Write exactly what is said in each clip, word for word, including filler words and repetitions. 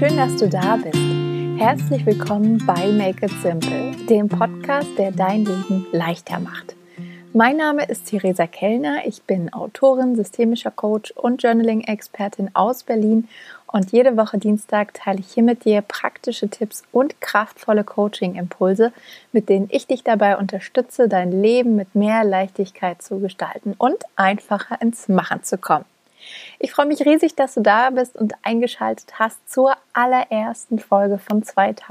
schön, dass du da bist. Herzlich willkommen bei Make It Simple, dem Podcast, der dein Leben leichter macht. Mein Name ist Theresa Kellner, ich bin Autorin, systemischer Coach und Journaling-Expertin aus Berlin und jede Woche Dienstag teile ich hier mit dir praktische Tipps und kraftvolle Coaching-Impulse, mit denen ich dich dabei unterstütze, dein Leben mit mehr Leichtigkeit zu gestalten und einfacher ins Machen zu kommen. Ich freue mich riesig, dass du da bist und eingeschaltet hast zur allerersten Folge von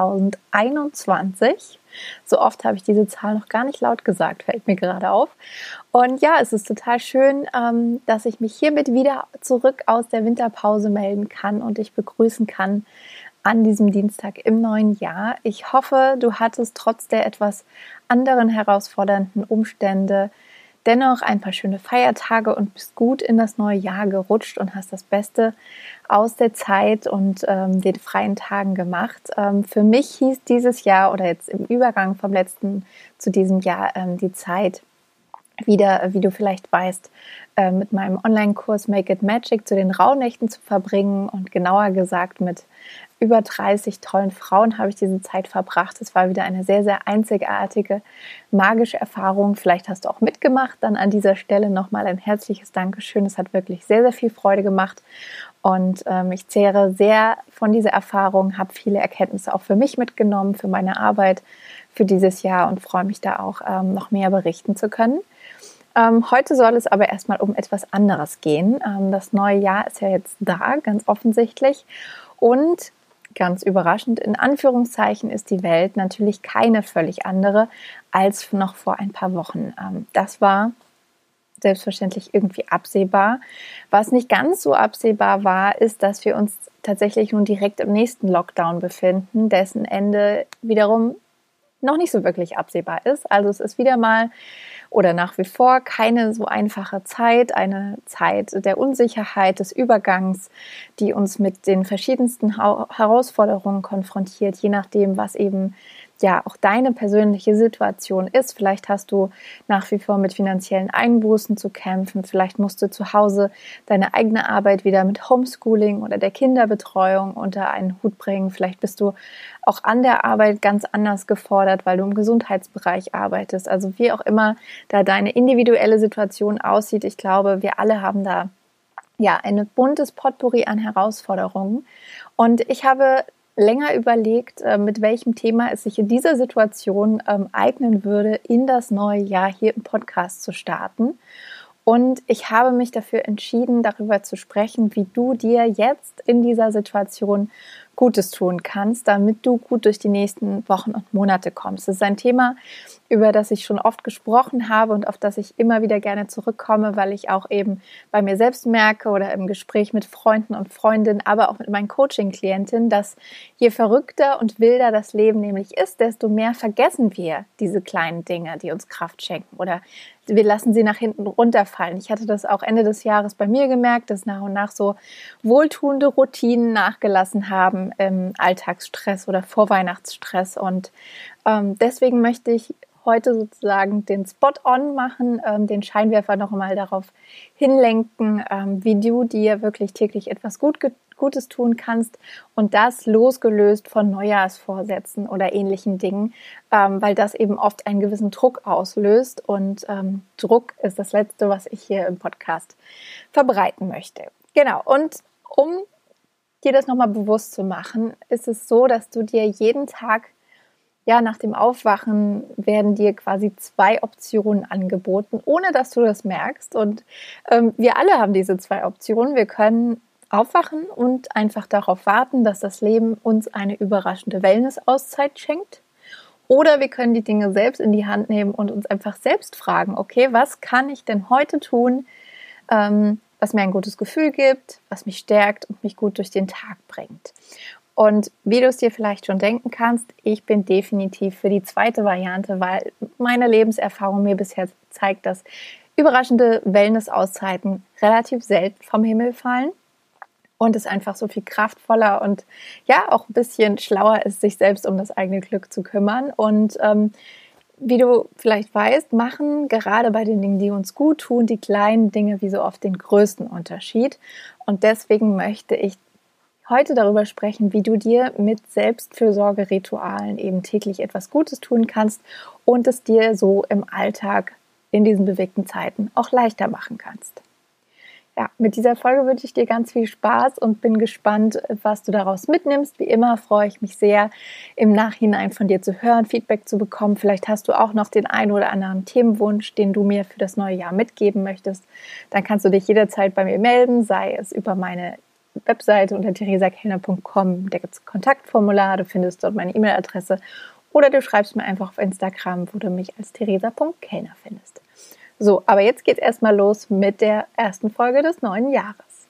zweitausendeinundzwanzig. So oft habe ich diese Zahl noch gar nicht laut gesagt, fällt mir gerade auf. Und ja, es ist total schön, dass ich mich hiermit wieder zurück aus der Winterpause melden kann und dich begrüßen kann an diesem Dienstag im neuen Jahr. Ich hoffe, du hattest trotz der etwas anderen herausfordernden Umstände dennoch ein paar schöne Feiertage und bist gut in das neue Jahr gerutscht und hast das Beste aus der Zeit und ähm, den freien Tagen gemacht. Ähm, für mich hieß dieses Jahr oder jetzt im Übergang vom letzten zu diesem Jahr ähm, die Zeit wieder, wie du vielleicht weißt, äh, mit meinem Online-Kurs Make It Magic zu den Rauhnächten zu verbringen und genauer gesagt mit über dreißig tollen Frauen habe ich diese Zeit verbracht. Es war wieder eine sehr, sehr einzigartige, magische Erfahrung. Vielleicht hast du auch mitgemacht. Dann an dieser Stelle nochmal ein herzliches Dankeschön. Es hat wirklich sehr, sehr viel Freude gemacht. Und ähm, ich zehre sehr von dieser Erfahrung, habe viele Erkenntnisse auch für mich mitgenommen, für meine Arbeit für dieses Jahr und freue mich da auch ähm, noch mehr berichten zu können. Ähm, heute soll es aber erstmal um etwas anderes gehen. Ähm, das neue Jahr ist ja jetzt da, ganz offensichtlich. Und ganz überraschend, in Anführungszeichen, ist die Welt natürlich keine völlig andere als noch vor ein paar Wochen. Ähm, das war selbstverständlich irgendwie absehbar. Was nicht ganz so absehbar war, ist, dass wir uns tatsächlich nun direkt im nächsten Lockdown befinden, dessen Ende wiederum noch nicht so wirklich absehbar ist. Also es ist wieder mal oder nach wie vor keine so einfache Zeit, eine Zeit der Unsicherheit, des Übergangs, die uns mit den verschiedensten Herausforderungen konfrontiert, je nachdem, was eben ja auch deine persönliche Situation ist. Vielleicht hast du nach wie vor mit finanziellen Einbußen zu kämpfen. Vielleicht musst du zu Hause deine eigene Arbeit wieder mit Homeschooling oder der Kinderbetreuung unter einen Hut bringen. Vielleicht bist du auch an der Arbeit ganz anders gefordert, weil du im Gesundheitsbereich arbeitest. Also wie auch immer da deine individuelle Situation aussieht. Ich glaube, wir alle haben da ja ein buntes Potpourri an Herausforderungen. Und ich habe länger überlegt, mit welchem Thema es sich in dieser Situation ähm, eignen würde, in das neue Jahr hier im Podcast zu starten. Und ich habe mich dafür entschieden, darüber zu sprechen, wie du dir jetzt in dieser Situation Gutes tun kannst, damit du gut durch die nächsten Wochen und Monate kommst. Das ist ein Thema, über das ich schon oft gesprochen habe und auf das ich immer wieder gerne zurückkomme, weil ich auch eben bei mir selbst merke oder im Gespräch mit Freunden und Freundinnen, aber auch mit meinen Coaching-Klientinnen, dass je verrückter und wilder das Leben nämlich ist, desto mehr vergessen wir diese kleinen Dinge, die uns Kraft schenken oder wir lassen sie nach hinten runterfallen. Ich hatte das auch Ende des Jahres bei mir gemerkt, dass nach und nach so wohltuende Routinen nachgelassen haben im Alltagsstress oder Vorweihnachtsstress. Und ähm, deswegen möchte ich heute sozusagen den Spot-on machen, ähm, den Scheinwerfer noch einmal darauf hinlenken, ähm, wie du dir wirklich täglich etwas gut Gutes tun kannst und das losgelöst von Neujahrsvorsätzen oder ähnlichen Dingen, ähm, weil das eben oft einen gewissen Druck auslöst und ähm, Druck ist das Letzte, was ich hier im Podcast verbreiten möchte. Genau, und um dir das nochmal bewusst zu machen, ist es so, dass du dir jeden Tag, ja, nach dem Aufwachen werden dir quasi zwei Optionen angeboten, ohne dass du das merkst. Und ähm, wir alle haben diese zwei Optionen. Wir können aufwachen und einfach darauf warten, dass das Leben uns eine überraschende Wellness-Auszeit schenkt. Oder wir können die Dinge selbst in die Hand nehmen und uns einfach selbst fragen, okay, was kann ich denn heute tun, ähm, was mir ein gutes Gefühl gibt, was mich stärkt und mich gut durch den Tag bringt. Und wie du es dir vielleicht schon denken kannst, ich bin definitiv für die zweite Variante, weil meine Lebenserfahrung mir bisher zeigt, dass überraschende Wellness-Auszeiten relativ selten vom Himmel fallen und es einfach so viel kraftvoller und ja auch ein bisschen schlauer ist, sich selbst um das eigene Glück zu kümmern. Und ähm, wie du vielleicht weißt, machen gerade bei den Dingen, die uns gut tun, die kleinen Dinge wie so oft den größten Unterschied. Und deswegen möchte ich heute darüber sprechen, wie du dir mit Selbstfürsorgeritualen eben täglich etwas Gutes tun kannst und es dir so im Alltag in diesen bewegten Zeiten auch leichter machen kannst. Ja, mit dieser Folge wünsche ich dir ganz viel Spaß und bin gespannt, was du daraus mitnimmst. Wie immer freue ich mich sehr, im Nachhinein von dir zu hören, Feedback zu bekommen. Vielleicht hast du auch noch den einen oder anderen Themenwunsch, den du mir für das neue Jahr mitgeben möchtest. Dann kannst du dich jederzeit bei mir melden, sei es über meine Webseite unter theresa kellner punkt com. Da gibt es ein Kontaktformular, du findest dort meine E-Mail-Adresse. Oder du schreibst mir einfach auf Instagram, wo du mich als theresa punkt kellner findest. So, aber jetzt geht's erstmal los mit der ersten Folge des neuen Jahres.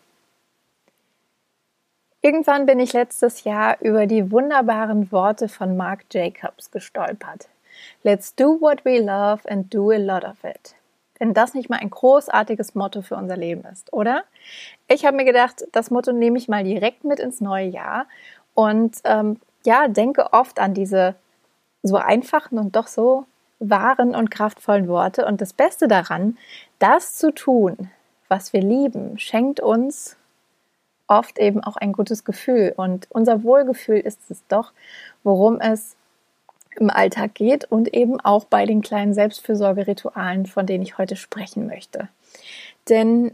Irgendwann bin ich letztes Jahr über die wunderbaren Worte von Marc Jacobs gestolpert. Let's do what we love and do a lot of it. Wenn das nicht mal ein großartiges Motto für unser Leben ist, oder? Ich habe mir gedacht, das Motto nehme ich mal direkt mit ins neue Jahr und ähm, ja, denke oft an diese so einfachen und doch so wahren und kraftvollen Worte. Und das Beste daran, das zu tun, was wir lieben, schenkt uns oft eben auch ein gutes Gefühl. Und unser Wohlgefühl ist es doch, worum es im Alltag geht und eben auch bei den kleinen Selbstfürsorgeritualen, von denen ich heute sprechen möchte. Denn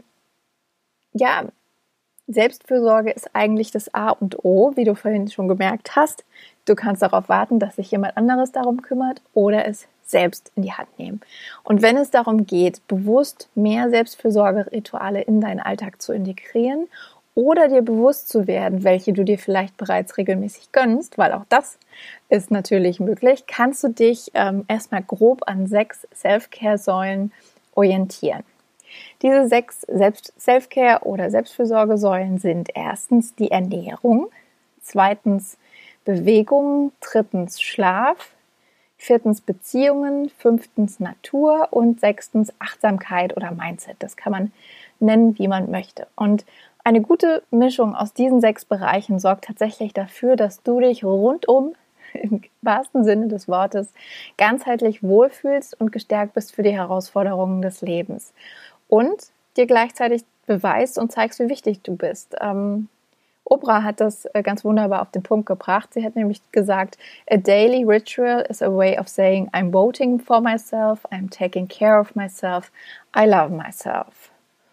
ja, Selbstfürsorge ist eigentlich das A und O, wie du vorhin schon gemerkt hast. Du kannst darauf warten, dass sich jemand anderes darum kümmert oder es selbst in die Hand nehmen. Und wenn es darum geht, bewusst mehr Selbstfürsorgerituale in deinen Alltag zu integrieren oder dir bewusst zu werden, welche du dir vielleicht bereits regelmäßig gönnst, weil auch das ist natürlich möglich, kannst du dich ähm, erstmal grob an sechs Self-Care-Säulen orientieren. Diese sechs Self-Care- oder Selbstfürsorgesäulen sind erstens die Ernährung, zweitens Bewegung, drittens Schlaf, viertens Beziehungen, fünftens Natur und sechstens Achtsamkeit oder Mindset. Das kann man nennen, wie man möchte. Und eine gute Mischung aus diesen sechs Bereichen sorgt tatsächlich dafür, dass du dich rundum, im wahrsten Sinne des Wortes, ganzheitlich wohlfühlst und gestärkt bist für die Herausforderungen des Lebens. Und dir gleichzeitig beweist und zeigst, wie wichtig du bist. Ähm, Oprah hat das ganz wunderbar auf den Punkt gebracht. Sie hat nämlich gesagt, a daily ritual is a way of saying I'm voting for myself, I'm taking care of myself, I love myself.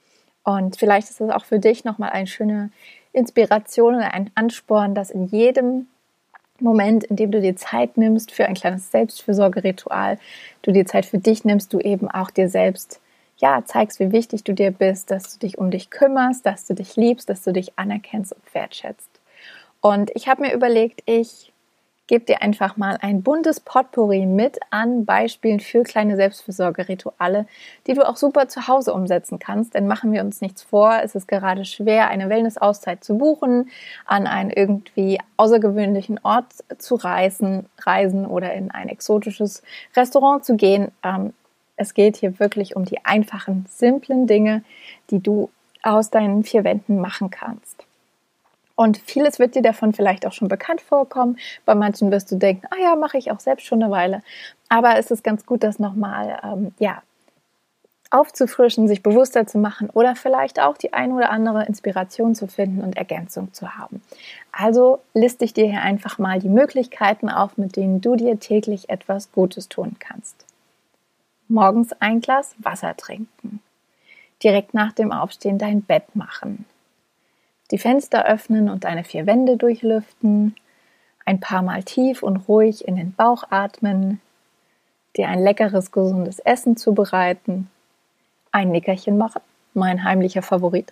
Und vielleicht ist das auch für dich nochmal eine schöne Inspiration oder ein Ansporn, dass in jedem Moment, in dem du dir Zeit nimmst für ein kleines Selbstfürsorgeritual, du dir Zeit für dich nimmst, du eben auch dir selbst ja, zeigst, wie wichtig du dir bist, dass du dich um dich kümmerst, dass du dich liebst, dass du dich anerkennst und wertschätzt. Und ich habe mir überlegt, ich gebe dir einfach mal ein buntes Potpourri mit an Beispielen für kleine Selbstfürsorgerituale, die du auch super zu Hause umsetzen kannst. Denn machen wir uns nichts vor, es ist gerade schwer, eine Wellness-Auszeit zu buchen, an einen irgendwie außergewöhnlichen Ort zu reisen, reisen oder in ein exotisches Restaurant zu gehen. Ähm, Es geht hier wirklich um die einfachen, simplen Dinge, die du aus deinen vier Wänden machen kannst. Und vieles wird dir davon vielleicht auch schon bekannt vorkommen. Bei manchen wirst du denken, ah ja, mache ich auch selbst schon eine Weile. Aber es ist ganz gut, das nochmal ähm, ja, aufzufrischen, sich bewusster zu machen oder vielleicht auch die ein oder andere Inspiration zu finden und Ergänzung zu haben. Also liste ich dir hier einfach mal die Möglichkeiten auf, mit denen du dir täglich etwas Gutes tun kannst. Morgens ein Glas Wasser trinken. Direkt nach dem Aufstehen dein Bett machen. Die Fenster öffnen und deine vier Wände durchlüften. Ein paar Mal tief und ruhig in den Bauch atmen. Dir ein leckeres, gesundes Essen zubereiten. Ein Nickerchen machen, mein heimlicher Favorit.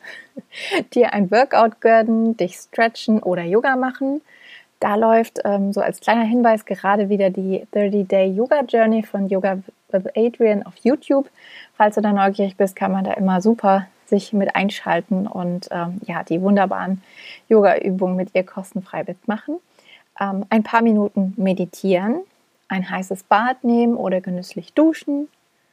Dir ein Workout gönnen, dich stretchen oder Yoga machen. Da läuft ähm, so als kleiner Hinweis gerade wieder die thirty day Yoga Journey von Yoga with Adriene auf YouTube. Falls du da neugierig bist, kann man da immer super sich mit einschalten und ähm, ja, die wunderbaren Yoga-Übungen mit ihr kostenfrei mitmachen. Ähm, ein paar Minuten meditieren, ein heißes Bad nehmen oder genüsslich duschen.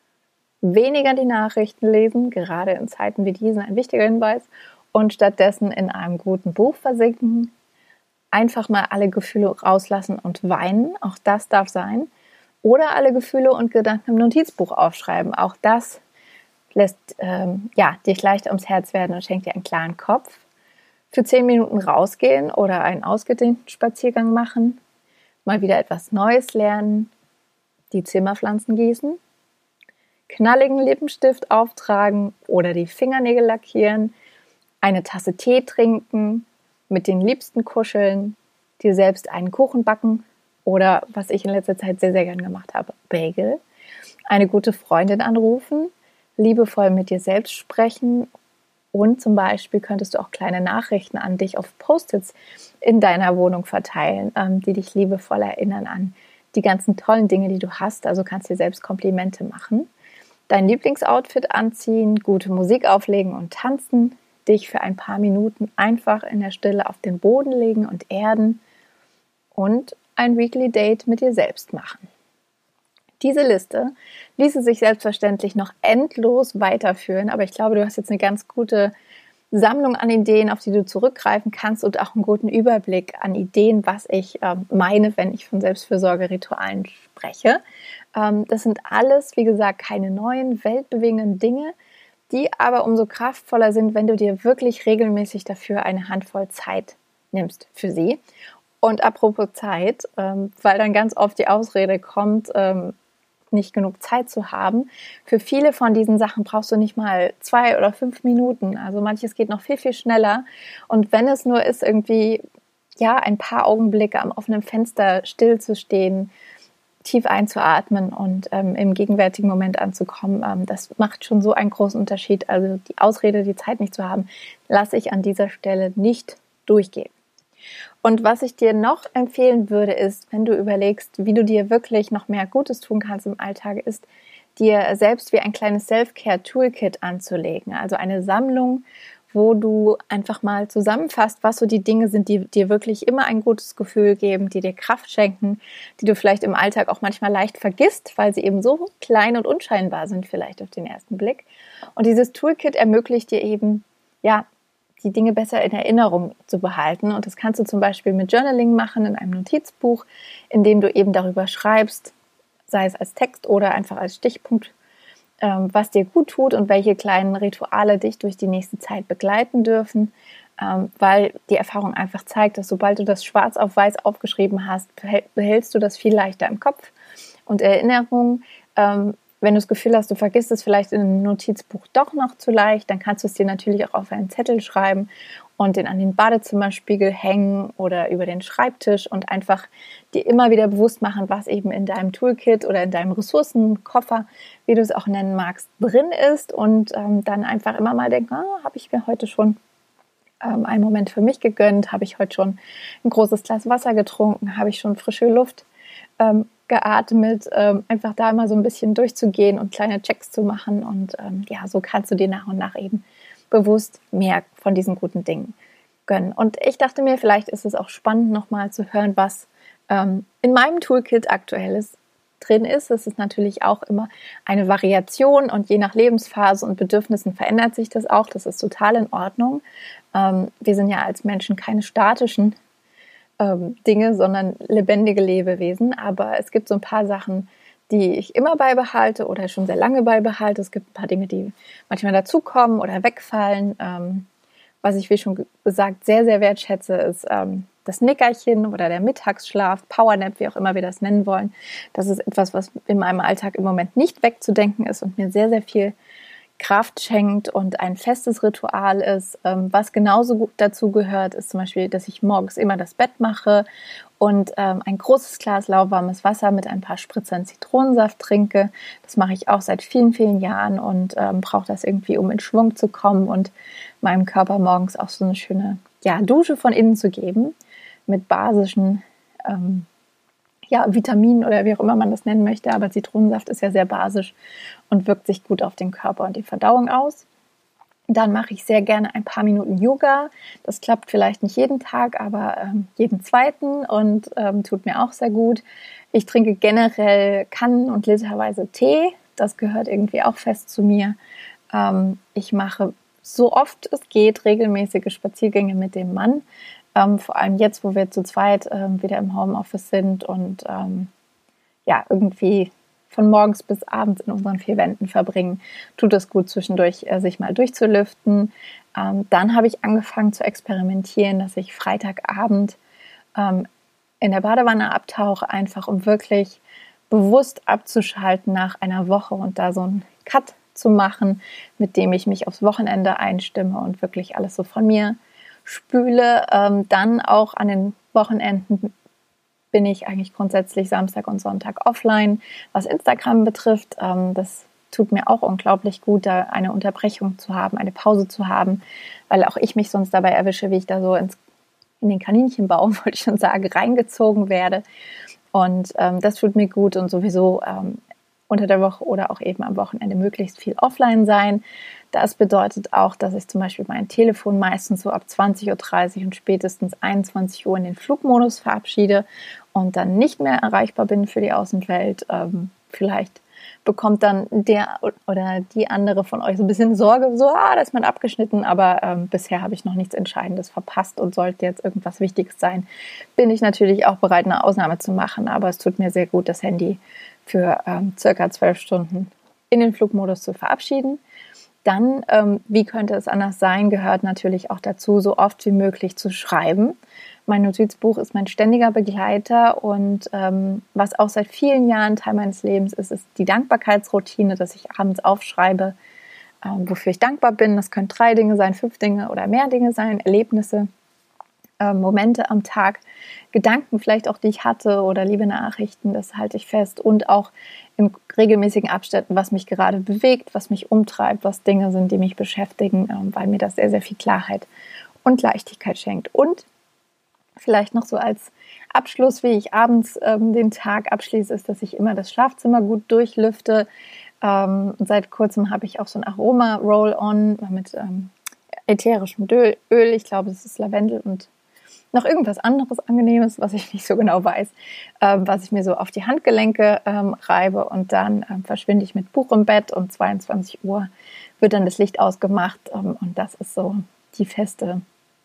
Weniger die Nachrichten lesen, gerade in Zeiten wie diesen ein wichtiger Hinweis. Und stattdessen in einem guten Buch versinken. Einfach mal alle Gefühle rauslassen und weinen, auch das darf sein. Oder alle Gefühle und Gedanken im Notizbuch aufschreiben, auch das lässt ähm, ja, dich leicht ums Herz werden und schenkt dir einen klaren Kopf. für zehn Minuten rausgehen oder einen ausgedehnten Spaziergang machen, mal wieder etwas Neues lernen, die Zimmerpflanzen gießen, knalligen Lippenstift auftragen oder die Fingernägel lackieren, eine Tasse Tee trinken, mit den Liebsten kuscheln, dir selbst einen Kuchen backen oder, was ich in letzter Zeit sehr, sehr gern gemacht habe, Bagel, eine gute Freundin anrufen, liebevoll mit dir selbst sprechen und zum Beispiel könntest du auch kleine Nachrichten an dich auf Post-its in deiner Wohnung verteilen, ähm, die dich liebevoll erinnern an die ganzen tollen Dinge, die du hast. Also kannst dir selbst Komplimente machen. Dein Lieblingsoutfit anziehen, gute Musik auflegen und tanzen, dich für ein paar Minuten einfach in der Stille auf den Boden legen und erden und ein Weekly Date mit dir selbst machen. Diese Liste ließe sich selbstverständlich noch endlos weiterführen, aber ich glaube, du hast jetzt eine ganz gute Sammlung an Ideen, auf die du zurückgreifen kannst und auch einen guten Überblick an Ideen, was ich äh, meine, wenn ich von Selbstfürsorgeritualen spreche. Ähm, das sind alles, wie gesagt, keine neuen, weltbewegenden Dinge, die aber umso kraftvoller sind, wenn du dir wirklich regelmäßig dafür eine Handvoll Zeit nimmst für sie. Und apropos Zeit, ähm, weil dann ganz oft die Ausrede kommt, ähm, nicht genug Zeit zu haben. Für viele von diesen Sachen brauchst du nicht mal zwei oder fünf Minuten. Also manches geht noch viel, viel schneller. Und wenn es nur ist, irgendwie, ja, ein paar Augenblicke am offenen Fenster still zu stehen, tief einzuatmen und ähm, im gegenwärtigen Moment anzukommen, ähm, das macht schon so einen großen Unterschied. Also die Ausrede, die Zeit nicht zu haben, lasse ich an dieser Stelle nicht durchgehen. Und was ich dir noch empfehlen würde, ist, wenn du überlegst, wie du dir wirklich noch mehr Gutes tun kannst im Alltag, ist, dir selbst wie ein kleines Self-Care-Toolkit anzulegen. Also eine Sammlung, wo du einfach mal zusammenfasst, was so die Dinge sind, die dir wirklich immer ein gutes Gefühl geben, die dir Kraft schenken, die du vielleicht im Alltag auch manchmal leicht vergisst, weil sie eben so klein und unscheinbar sind vielleicht auf den ersten Blick. Und dieses Toolkit ermöglicht dir eben, ja, die Dinge besser in Erinnerung zu behalten. Und das kannst du zum Beispiel mit Journaling machen, in einem Notizbuch, in dem du eben darüber schreibst, sei es als Text oder einfach als Stichpunkt, was dir gut tut und welche kleinen Rituale dich durch die nächste Zeit begleiten dürfen, weil die Erfahrung einfach zeigt, dass sobald du das schwarz auf weiß aufgeschrieben hast, behältst du das viel leichter im Kopf. Und Erinnerung, wenn du das Gefühl hast, du vergisst es vielleicht in einem Notizbuch doch noch zu leicht, dann kannst du es dir natürlich auch auf einen Zettel schreiben und den an den Badezimmerspiegel hängen oder über den Schreibtisch und einfach dir immer wieder bewusst machen, was eben in deinem Toolkit oder in deinem Ressourcenkoffer, wie du es auch nennen magst, drin ist und ähm, dann einfach immer mal denken, ah, habe ich mir heute schon ähm, einen Moment für mich gegönnt, habe ich heute schon ein großes Glas Wasser getrunken, habe ich schon frische Luft ähm, geatmet, ähm, einfach da mal so ein bisschen durchzugehen und kleine Checks zu machen und ähm, ja, so kannst du dir nach und nach eben bewusst mehr von diesen guten Dingen gönnen. Und ich dachte mir, vielleicht ist es auch spannend, nochmal zu hören, was ähm, in meinem Toolkit aktuelles drin ist. Es ist natürlich auch immer eine Variation und je nach Lebensphase und Bedürfnissen verändert sich das auch. Das ist total in Ordnung. Ähm, wir sind ja als Menschen keine statischen ähm, Dinge, sondern lebendige Lebewesen. Aber es gibt so ein paar Sachen, die ich immer beibehalte oder schon sehr lange beibehalte. Es gibt ein paar Dinge, die manchmal dazukommen oder wegfallen. Ähm, was ich, wie schon gesagt, sehr, sehr wertschätze, ist ähm, das Nickerchen oder der Mittagsschlaf, Powernap, wie auch immer wir das nennen wollen. Das ist etwas, was in meinem Alltag im Moment nicht wegzudenken ist und mir sehr, sehr viel Kraft schenkt und ein festes Ritual ist. Ähm, was genauso gut dazu gehört, ist zum Beispiel, dass ich morgens immer das Bett mache und ähm, ein großes Glas lauwarmes Wasser mit ein paar Spritzern Zitronensaft trinke. Das mache ich auch seit vielen, vielen Jahren und ähm, brauche das irgendwie, um in Schwung zu kommen und meinem Körper morgens auch so eine schöne ja, Dusche von innen zu geben mit basischen ähm, ja, Vitaminen oder wie auch immer man das nennen möchte. Aber Zitronensaft ist ja sehr basisch und wirkt sich gut auf den Körper und die Verdauung aus. Dann mache ich sehr gerne ein paar Minuten Yoga. Das klappt vielleicht nicht jeden Tag, aber ähm, jeden zweiten und ähm, tut mir auch sehr gut. Ich trinke generell Kannen- und literweise Tee. Das gehört irgendwie auch fest zu mir. Ähm, ich mache so oft es geht regelmäßige Spaziergänge mit dem Mann. Ähm, vor allem jetzt, wo wir zu zweit ähm, wieder im Homeoffice sind und ähm, ja, irgendwie von morgens bis abends in unseren vier Wänden verbringen, tut es gut, zwischendurch äh, sich mal durchzulüften. Ähm, dann habe ich angefangen zu experimentieren, dass ich Freitagabend ähm, in der Badewanne abtauche, einfach um wirklich bewusst abzuschalten nach einer Woche und da so einen Cut zu machen, mit dem ich mich aufs Wochenende einstimme und wirklich alles so von mir spüle. Ähm, dann auch an den Wochenenden bin ich eigentlich grundsätzlich Samstag und Sonntag offline, was Instagram betrifft. Ähm, das tut mir auch unglaublich gut, da eine Unterbrechung zu haben, eine Pause zu haben, weil auch ich mich sonst dabei erwische, wie ich da so ins, in den Kaninchenbaum, wollte ich schon sagen, reingezogen werde. Und ähm, das tut mir gut und sowieso ähm, unter der Woche oder auch eben am Wochenende möglichst viel offline sein. Das bedeutet auch, dass ich zum Beispiel mein Telefon meistens so ab zwanzig Uhr dreißig und spätestens einundzwanzig Uhr in den Flugmodus verabschiede und dann nicht mehr erreichbar bin für die Außenwelt. Ähm, vielleicht bekommt dann der oder die andere von euch so ein bisschen Sorge, so, ah, da ist man abgeschnitten, aber ähm, bisher habe ich noch nichts Entscheidendes verpasst und sollte jetzt irgendwas Wichtiges sein, bin ich natürlich auch bereit, eine Ausnahme zu machen, aber es tut mir sehr gut, das Handy für ähm, circa zwölf Stunden in den Flugmodus zu verabschieden. Dann, ähm, wie könnte es anders sein, gehört natürlich auch dazu, so oft wie möglich zu schreiben. Mein Notizbuch ist mein ständiger Begleiter und ähm, was auch seit vielen Jahren Teil meines Lebens ist, ist die Dankbarkeitsroutine, dass ich abends aufschreibe, ähm, wofür ich dankbar bin. Das können drei Dinge sein, fünf Dinge oder mehr Dinge sein, Erlebnisse, äh, Momente am Tag, Gedanken vielleicht auch, die ich hatte oder liebe Nachrichten, das halte ich fest und auch in regelmäßigen Abständen, was mich gerade bewegt, was mich umtreibt, was Dinge sind, die mich beschäftigen, ähm, weil mir das sehr, sehr viel Klarheit und Leichtigkeit schenkt. Und vielleicht noch so als Abschluss, wie ich abends ähm, den Tag abschließe, ist, dass ich immer das Schlafzimmer gut durchlüfte. Ähm, seit kurzem habe ich auch so ein Aroma-Roll-On mit ähm, ätherischem Öl. Ich glaube, das ist Lavendel und noch irgendwas anderes Angenehmes, was ich nicht so genau weiß, ähm, was ich mir so auf die Handgelenke ähm, reibe und dann ähm, verschwinde ich mit Buch im Bett und zweiundzwanzig Uhr wird dann das Licht ausgemacht ähm, und das ist so die feste,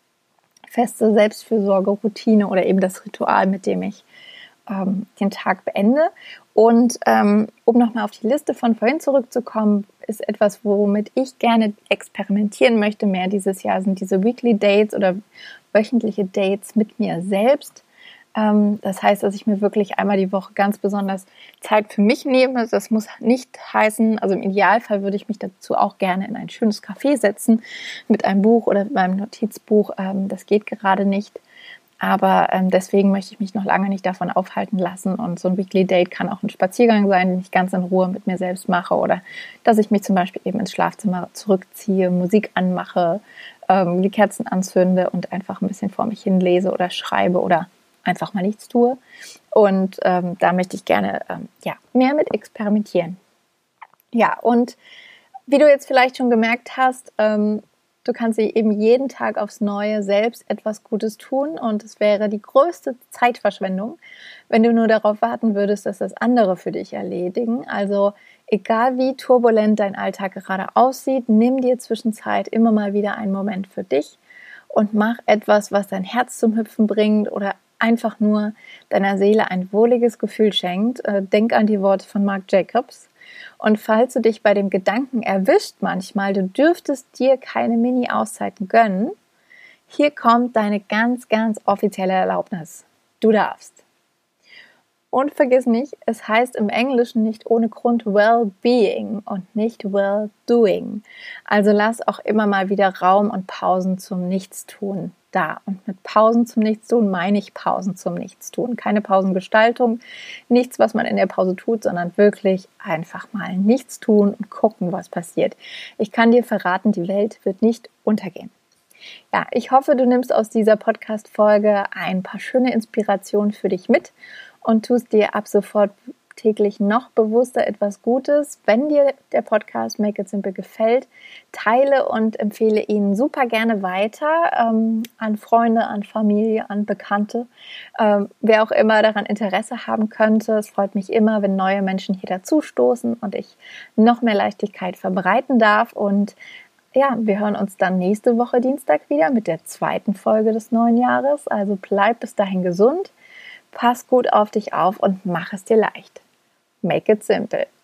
feste Selbstfürsorge-Routine oder eben das Ritual, mit dem ich ähm, den Tag beende. Und ähm, um nochmal auf die Liste von vorhin zurückzukommen, ist etwas, womit ich gerne experimentieren möchte, mehr dieses Jahr sind diese Weekly Dates oder wöchentliche Dates mit mir selbst. Ähm, das heißt, dass ich mir wirklich einmal die Woche ganz besonders Zeit für mich nehme. Das muss nicht heißen, also im Idealfall würde ich mich dazu auch gerne in ein schönes Café setzen mit einem Buch oder mit meinem Notizbuch. Ähm, das geht gerade nicht. Aber ähm, deswegen möchte ich mich noch lange nicht davon aufhalten lassen. Und so ein Weekly Date kann auch ein Spaziergang sein, den ich ganz in Ruhe mit mir selbst mache. Oder dass ich mich zum Beispiel eben ins Schlafzimmer zurückziehe, Musik anmache, ähm, die Kerzen anzünde und einfach ein bisschen vor mich hin lese oder schreibe oder einfach mal nichts tue. Und ähm, da möchte ich gerne ähm, ja, mehr mit experimentieren. Ja, und wie du jetzt vielleicht schon gemerkt hast, ähm, du kannst dir eben jeden Tag aufs Neue selbst etwas Gutes tun und es wäre die größte Zeitverschwendung, wenn du nur darauf warten würdest, dass das andere für dich erledigen. Also egal wie turbulent dein Alltag gerade aussieht, nimm dir zwischenzeit immer mal wieder einen Moment für dich und mach etwas, was dein Herz zum Hüpfen bringt oder einfach nur deiner Seele ein wohliges Gefühl schenkt. Denk an die Worte von Marc Jacobs. Und falls du dich bei dem Gedanken erwischt manchmal, du dürftest dir keine Mini-Auszeiten gönnen, hier kommt deine ganz, ganz offizielle Erlaubnis. Du darfst. Und vergiss nicht, es heißt im Englischen nicht ohne Grund Well-being und nicht Well-doing. Also lass auch immer mal wieder Raum und Pausen zum Nichtstun da. Und mit Pausen zum Nichtstun meine ich Pausen zum Nichtstun. Keine Pausengestaltung, nichts, was man in der Pause tut, sondern wirklich einfach mal nichts tun und gucken, was passiert. Ich kann dir verraten, die Welt wird nicht untergehen. Ja, ich hoffe, du nimmst aus dieser Podcast-Folge ein paar schöne Inspirationen für dich mit und tust dir ab sofort täglich noch bewusster etwas Gutes. Wenn dir der Podcast Make It Simple gefällt, teile und empfehle ihn super gerne weiter ähm, an Freunde, an Familie, an Bekannte, ähm, wer auch immer daran Interesse haben könnte. Es freut mich immer, wenn neue Menschen hier dazustoßen und ich noch mehr Leichtigkeit verbreiten darf. Und ja, wir hören uns dann nächste Woche Dienstag wieder mit der zweiten Folge des neuen Jahres. Also bleib bis dahin gesund, pass gut auf dich auf und mach es dir leicht. Make it simple.